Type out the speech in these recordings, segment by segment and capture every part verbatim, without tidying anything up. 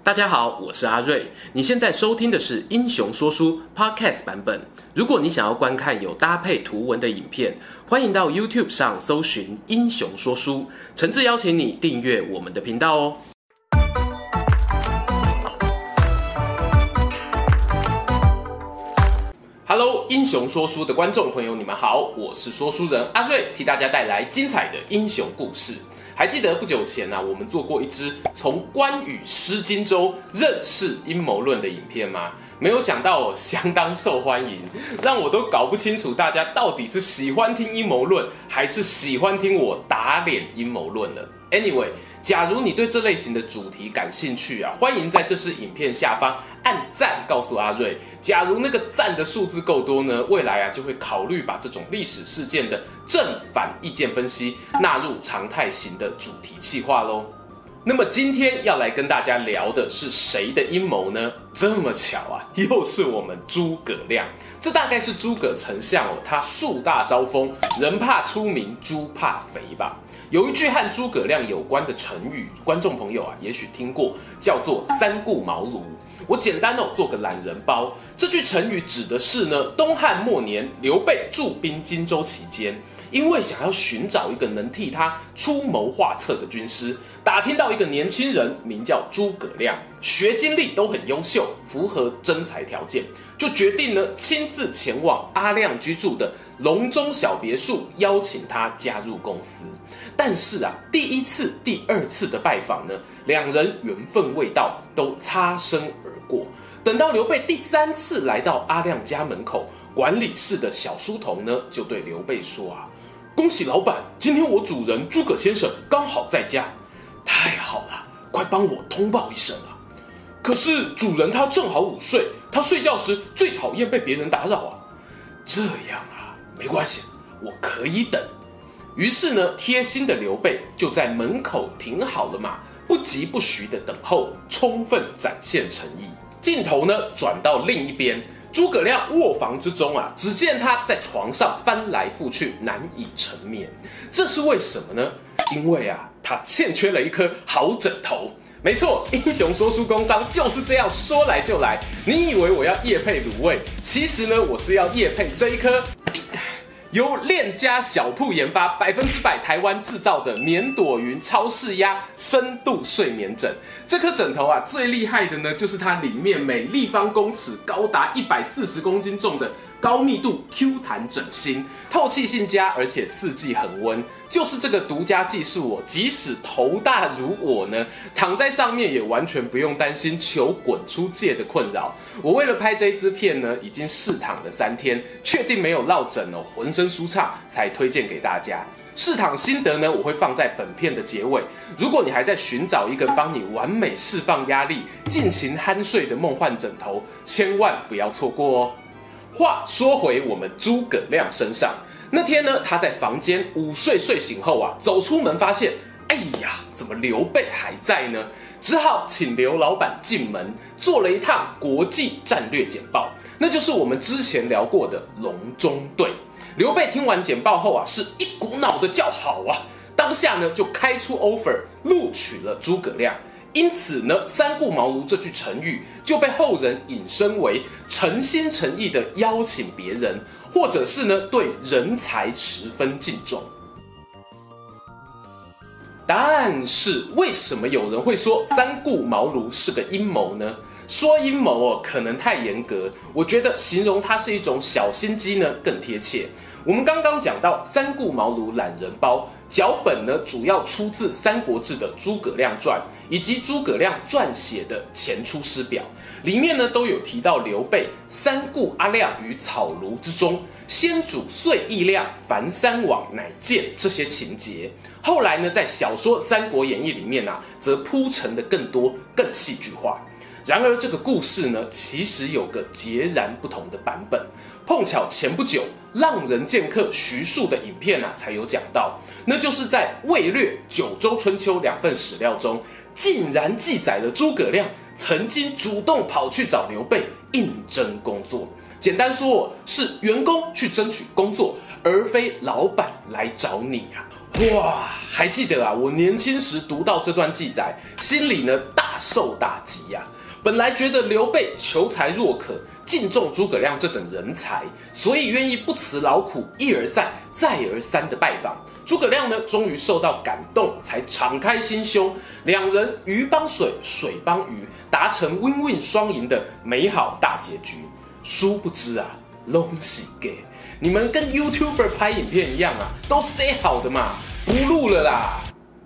大家好，我是阿瑞。你现在收听的是《英雄说书》Podcast 版本。如果你想要观看有搭配图文的影片，欢迎到 YouTube 上搜寻《英雄说书》，诚挚邀请你订阅我们的频道哦。Hello， 英雄说书的观众朋友，你们好，我是说书人阿瑞，替大家带来精彩的英雄故事。还记得不久前啊，我们做过一支从关羽失荆州认识阴谋论的影片吗？没有想到哦，相当受欢迎，让我都搞不清楚大家到底是喜欢听阴谋论，还是喜欢听我打脸阴谋论了。Anyway， 假如你对这类型的主题感兴趣啊，欢迎在这支影片下方按赞，告诉阿瑞。假如那个赞的数字够多呢，未来啊就会考虑把这种历史事件的正反意见分析纳入常态型的主题企划咯。那么今天要来跟大家聊的是谁的阴谋呢？这么巧啊，又是我们诸葛亮。这大概是诸葛丞相哦，他树大招风，人怕出名，猪怕肥吧。有一句和诸葛亮有关的成语，观众朋友啊，也许听过，叫做三顾茅庐。我简单哦做个懒人包。这句成语指的是呢，东汉末年刘备驻兵荆州期间，因为想要寻找一个能替他出谋划策的军师，打听到一个年轻人名叫诸葛亮，学经历都很优秀，符合征才条件，就决定呢亲自前往阿亮居住的隆中小别墅，邀请他加入公司。但是啊，第一次、第二次的拜访呢，两人缘分未到，都擦身而过。等到刘备第三次来到阿亮家门口，管理室的小书童呢，就对刘备说啊：“恭喜老板，今天我主人诸葛先生刚好在家。”“太好了，快帮我通报一声啊！”“可是主人他正好午睡，他睡觉时最讨厌被别人打扰啊。”“这样啊，没关系，我可以等。”于是呢，贴心的刘备就在门口停好了马，不疾不徐的等候，充分展现诚意。镜头呢转到另一边，诸葛亮卧房之中啊，只见他在床上翻来覆去，难以成眠。这是为什么呢？因为啊，他欠缺了一颗好枕头。没错，英雄说书工商就是这样说来就来。你以为我要业配卤味，其实呢，我是要业配这一颗由链家小铺研发、百分之百台湾制造的棉朵云超视压深度睡眠枕。这颗枕头啊，最厉害的呢，就是它里面每立方公尺高达一百四十公斤重的高密度 Q 弹枕芯，透气性佳，而且四季恒温。就是这个独家技术哦，即使头大如我呢，躺在上面也完全不用担心球滚出界的困扰。我为了拍这一支片呢，已经试躺了三天，确定没有落枕哦，浑身舒畅，才推荐给大家。试躺心得呢，我会放在本片的结尾。如果你还在寻找一个帮你完美释放压力、尽情酣睡的梦幻枕头，千万不要错过哦。话说回我们诸葛亮身上，那天呢，他在房间午睡睡醒后啊，走出门发现，哎呀，怎么刘备还在呢？只好请刘老板进门，做了一趟国际战略简报，那就是我们之前聊过的隆中对。刘备听完简报后啊，是一股脑的叫好啊，当下呢就开出 offer 录取了诸葛亮。因此呢，三顾茅庐这句成语就被后人引申为诚心诚意的邀请别人，或者是呢对人才十分敬重。但是为什么有人会说三顾茅庐是个阴谋呢？说阴谋哦，可能太严格，我觉得形容它是一种小心机呢更贴切。我们刚刚讲到三顾茅庐懒人包，脚本呢主要出自《三国志》的诸葛亮传，以及诸葛亮撰写的前出师表，里面呢都有提到刘备三顾阿亮于草庐之中，先主遂义亮，凡三往乃见这些情节。后来呢，在小说《三国演义》里面啊，则铺陈的更多、更戏剧化。然而这个故事呢，其实有个截然不同的版本。碰巧前不久浪人剑客徐庶的影片啊，才有讲到，那就是在《魏略》《九州春秋》两份史料中，竟然记载了诸葛亮曾经主动跑去找刘备应征工作。简单说，是员工去争取工作，而非老板来找你啊。 哇，还记得啊，我年轻时读到这段记载，心里呢大受打击呀、啊。本来觉得刘备求才若渴，敬重诸葛亮这等人才，所以愿意不辞劳苦，一而再，再而三的拜访。诸葛亮呢，终于受到感动，才敞开心胸，两人鱼帮水，水帮鱼，达成 win-win 双赢的美好大结局。殊不知啊，拢是假，你们跟 YouTuber 拍影片一样啊，都 say 好的嘛，不录了啦。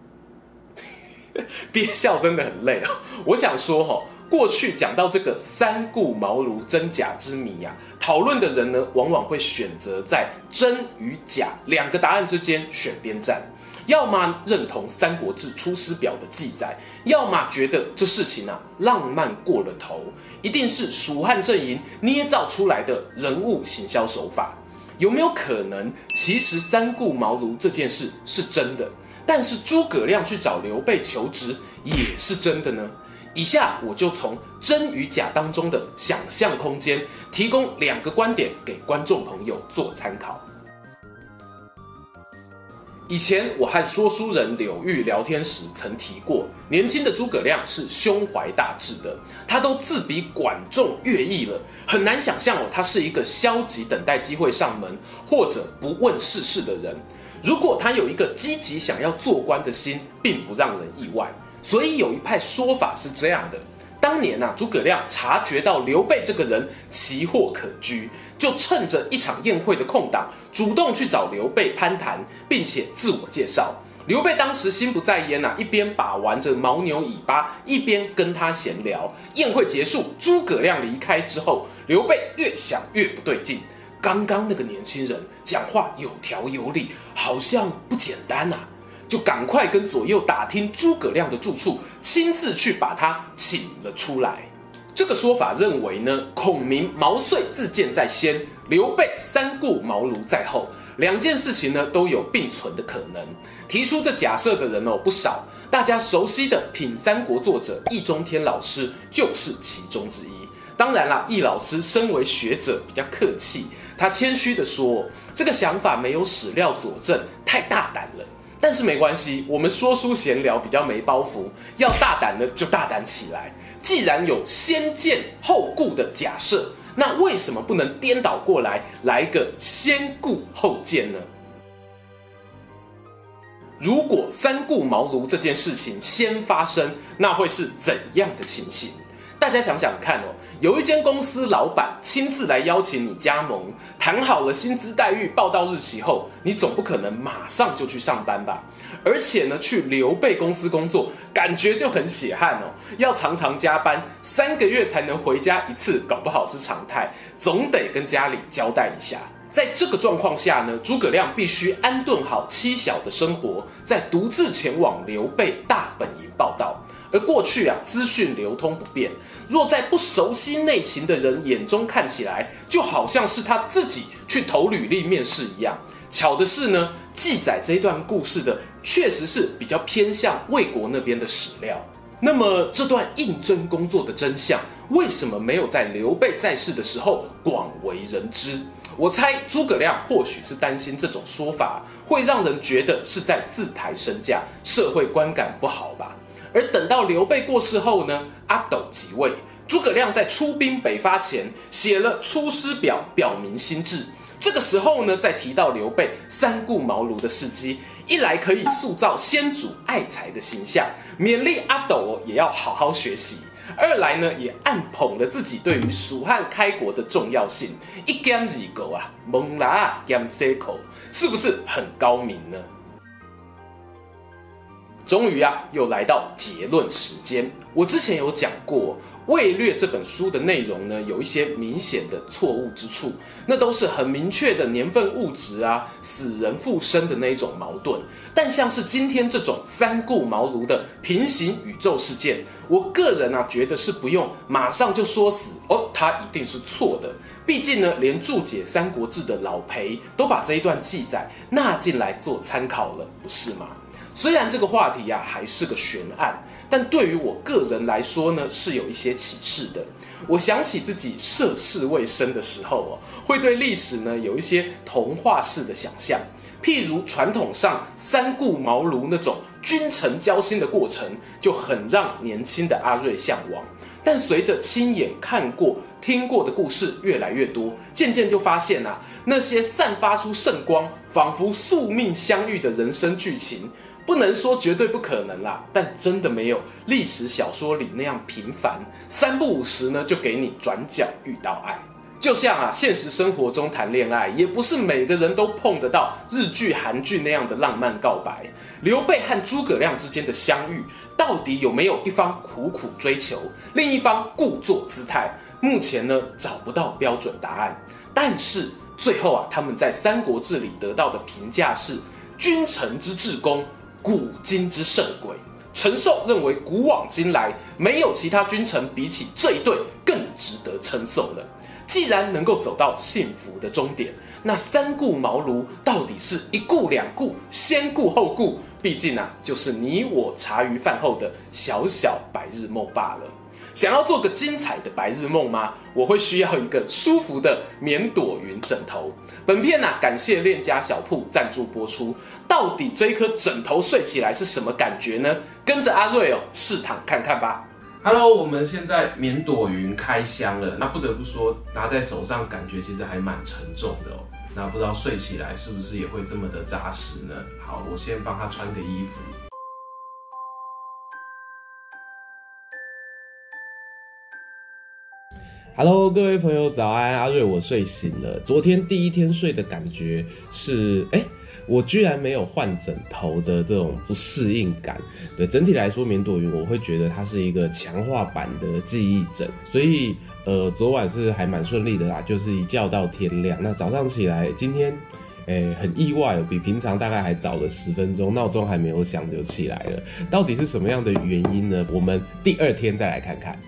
憋笑真的很累哦。我想说哈、哦。过去讲到这个三顾茅庐真假之谜啊，讨论的人呢，往往会选择在真与假两个答案之间选边站，要么认同《三国志·出师表》的记载，要么觉得这事情啊浪漫过了头，一定是蜀汉阵营捏造出来的人物行销手法。有没有可能，其实三顾茅庐这件事是真的，但是诸葛亮去找刘备求职也是真的呢？以下我就从真与假当中的想象空间，提供两个观点给观众朋友做参考。以前我和说书人柳玉聊天时曾提过，年轻的诸葛亮是胸怀大志的，他都自比管仲、乐毅了，很难想象哦，他是一个消极等待机会上门，或者不问世事的人。如果他有一个积极想要做官的心，并不让人意外。所以有一派说法是这样的：当年啊，诸葛亮察觉到刘备这个人奇货可居，就趁着一场宴会的空档，主动去找刘备攀谈，并且自我介绍。刘备当时心不在焉啊，一边把玩着牦牛尾巴，一边跟他闲聊。宴会结束，诸葛亮离开之后，刘备越想越不对劲，刚刚那个年轻人讲话有条有理，好像不简单啊。就赶快跟左右打听诸葛亮的住处，亲自去把他请了出来。这个说法认为呢，孔明毛遂自荐在先，刘备三顾茅庐在后，两件事情呢都有并存的可能。提出这假设的人哦不少，大家熟悉的品三国作者易中天老师就是其中之一。当然啦，易老师身为学者比较客气，他谦虚地说，这个想法没有史料佐证，太大胆了。但是没关系，我们说书闲聊比较没包袱，要大胆的就大胆起来。既然有先见后顾的假设，那为什么不能颠倒过来，来一个先顾后见呢？如果三顾茅庐这件事情先发生，那会是怎样的情形？大家想想看哦，有一间公司老板亲自来邀请你加盟，谈好了薪资待遇、报到日期后，你总不可能马上就去上班吧？而且呢，去刘备公司工作，感觉就很血汗哦，要常常加班，三个月才能回家一次，搞不好是常态，总得跟家里交代一下。在这个状况下呢，诸葛亮必须安顿好妻小的生活，再独自前往刘备大本营报道。而过去啊，资讯流通不便，若在不熟悉内情的人眼中看起来，就好像是他自己去投履历面试一样。巧的是呢，记载这一段故事的确实是比较偏向魏国那边的史料。那么这段应征工作的真相，为什么没有在刘备在世的时候广为人知？我猜诸葛亮或许是担心这种说法会让人觉得是在自抬身价，社会观感不好吧。而等到刘备过世后呢，阿斗即位，诸葛亮在出兵北伐前写了《出师表》，表明心志。这个时候呢，再提到刘备三顾茅庐的事迹，一来可以塑造先主爱才的形象，勉励阿斗也要好好学习；二来呢，也暗捧了自己对于蜀汉开国的重要性。一兼二狗啊，蒙拉兼塞口，是不是很高明呢？终于啊，又来到结论时间。我之前有讲过，《魏略》这本书的内容呢，有一些明显的错误之处，那都是很明确的年份物质啊、死人复生的那一种矛盾。但像是今天这种三顾茅庐的平行宇宙事件，我个人啊觉得是不用马上就说死哦，它一定是错的。毕竟呢，连注解《三国志》的老裴都把这一段记载纳进来做参考了，不是吗？虽然这个话题啊还是个悬案，但对于我个人来说呢，是有一些启示的。我想起自己涉世未深的时候哦，会对历史呢有一些童话式的想象。 譬如传统上三顾茅庐那种君臣交心的过程，就很让年轻的阿瑞向往。但随着亲眼看过、听过的故事越来越多，渐渐就发现啊，那些散发出圣光、仿佛宿命相遇的人生剧情，不能说绝对不可能啦，但真的没有历史小说里那样平凡，三不五时呢就给你转角遇到爱。就像啊，现实生活中谈恋爱，也不是每个人都碰得到日剧、韩剧那样的浪漫告白。刘备和诸葛亮之间的相遇，到底有没有一方苦苦追求，另一方故作姿态？目前呢，找不到标准答案。但是最后啊，他们在《三国志》里得到的评价是：君臣之至公，古今之圣鬼。陈寿认为，古往今来，没有其他君臣比起这一对更值得称颂了。既然能够走到幸福的终点，那三顾茅庐到底是一顾两顾，先顾后顾？毕竟啊，就是你我茶余饭后的小小白日梦罢了。想要做个精彩的白日梦吗？我会需要一个舒服的棉朵云枕头。本片啊，感谢链家小铺赞助播出。到底这一颗枕头睡起来是什么感觉呢？跟着阿瑞哦，试躺看看吧。Hello， 我们现在棉朵云开箱了。那不得不说，拿在手上感觉其实还蛮沉重的哦。那不知道睡起来是不是也会这么的扎实呢？好，我先帮他穿个衣服。 Hello， 各位朋友早安，阿瑞我睡醒了。昨天第一天睡的感觉是，哎、欸，我居然没有换枕头的这种不适应感。对，整体来说，棉朵云我会觉得它是一个强化版的记忆枕，所以呃，昨晚是还蛮顺利的啦，就是一觉到天亮。那早上起来，今天诶、欸、很意外，比平常大概还早了十分钟，闹钟还没有响就起来了。到底是什么样的原因呢？我们第二天再来看看。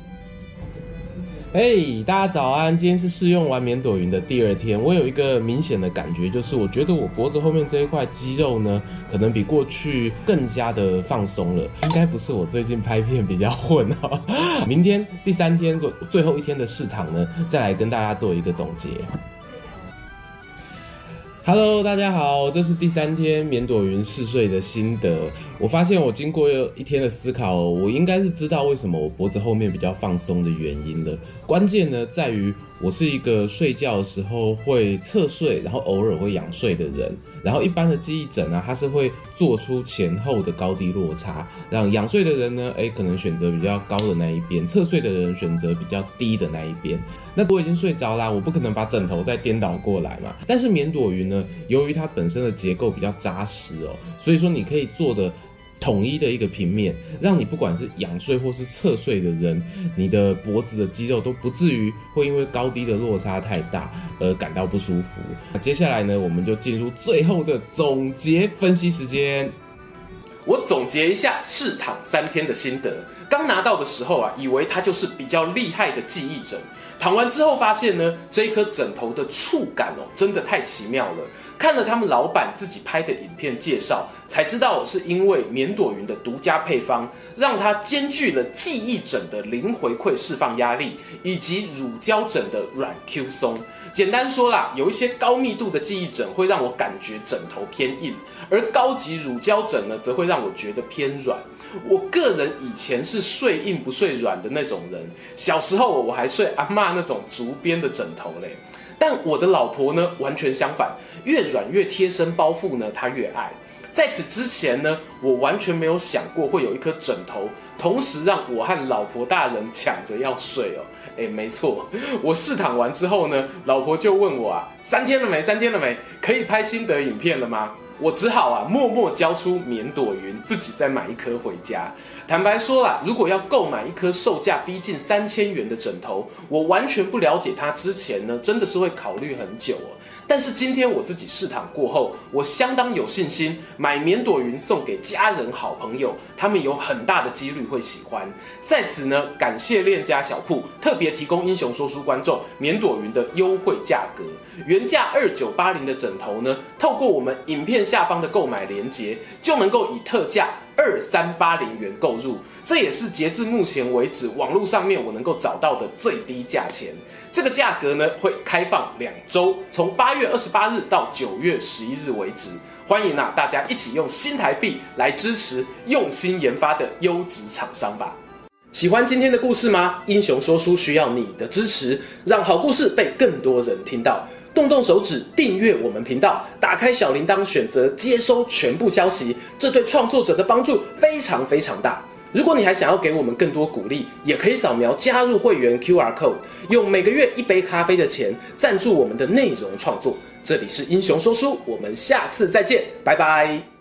嘿、hey, 大家早安！今天是试用完棉朵云的第二天，我有一个明显的感觉，就是我觉得我脖子后面这一块肌肉呢，可能比过去更加的放松了。应该不是我最近拍片比较混哦。明天第三天做最后一天的试躺呢，再来跟大家做一个总结。Hello， 大家好，这是第三天棉朵云试睡的心得。我发现我经过一天的思考，我应该是知道为什么我脖子后面比较放松的原因了。关键呢，在于我是一个睡觉的时候会侧睡，然后偶尔会仰睡的人。然后一般的记忆枕啊，它是会做出前后的高低落差，让仰睡的人呢，哎，可能选择比较高的那一边，侧睡的人选择比较低的那一边。那我已经睡着啦，我不可能把枕头再颠倒过来嘛。但是棉朵云呢，由于它本身的结构比较扎实哦，所以说你可以做的统一的一个平面，让你不管是仰睡或是侧睡的人，你的脖子的肌肉都不至于会因为高低的落差太大而感到不舒服。那接下来呢，我们就进入最后的总结分析时间。 我总结一下试躺三天的心得。刚拿到的时候啊，以为它就是比较厉害的记忆枕。躺完之后发现呢，这一颗枕头的触感哦，真的太奇妙了。看了他们老板自己拍的影片介绍，才知道是因为棉朵云的独家配方，让它兼具了记忆枕的零回馈释放压力，以及乳胶枕的软 Q 松。简单说啦，有一些高密度的记忆枕会让我感觉枕头偏硬，而高级乳胶枕呢，则会让我觉得偏软。我个人以前是睡硬不睡软的那种人，小时候我还睡阿嬷那种竹编的枕头嘞。但我的老婆呢，完全相反，越软越贴身包覆呢，她越爱。在此之前呢，我完全没有想过会有一颗枕头，同时让我和老婆大人抢着要睡哦。哎，没错，我试躺完之后呢，老婆就问我啊，三天了没？三天了没？可以拍心得影片了吗？我只好啊，默默交出棉朵云，自己再买一颗回家。坦白说啦，如果要购买一颗售价逼近三千元的枕头，我完全不了解它之前呢，真的是会考虑很久哦。但是今天我自己试躺过后，我相当有信心买棉朵云送给家人好朋友，他们有很大的几率会喜欢。在此呢，感谢链家小铺特别提供英雄说书观众棉朵云的优惠价格，原价二九八零的枕头呢，透过我们影片下方的购买连结，就能够以特价二三八零元购入，这也是截至目前为止网络上面我能够找到的最低价钱。这个价格呢会开放两周，从八月二十八日到九月十一日为止。欢迎啊大家一起用新台币来支持用心研发的优质厂商吧。喜欢今天的故事吗？英雄说书需要你的支持，让好故事被更多人听到。动动手指订阅我们频道，打开小铃铛，选择接收全部消息，这对创作者的帮助非常非常大。如果你还想要给我们更多鼓励，也可以扫描加入会员 Q R code， 用每个月一杯咖啡的钱赞助我们的内容创作。这里是英雄说书，我们下次再见，拜拜。